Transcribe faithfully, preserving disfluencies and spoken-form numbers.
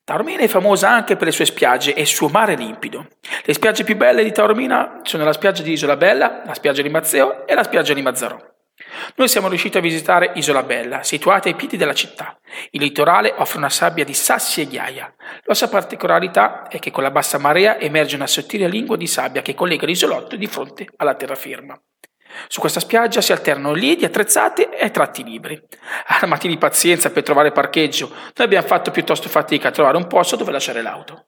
Taormina è famosa anche per le sue spiagge e il suo mare limpido. Le spiagge più belle di Taormina sono la spiaggia di Isola Bella, la spiaggia di Mazzeo e la spiaggia di Mazzarò. Noi siamo riusciti a visitare Isola Bella, situata ai piedi della città. Il litorale offre una sabbia di sassi e ghiaia. La sua particolarità è che con la bassa marea emerge una sottile lingua di sabbia che collega l'isolotto di fronte alla terraferma. Su questa spiaggia si alternano lidi attrezzati e tratti liberi. Armati di pazienza per trovare parcheggio, noi abbiamo fatto piuttosto fatica a trovare un posto dove lasciare l'auto.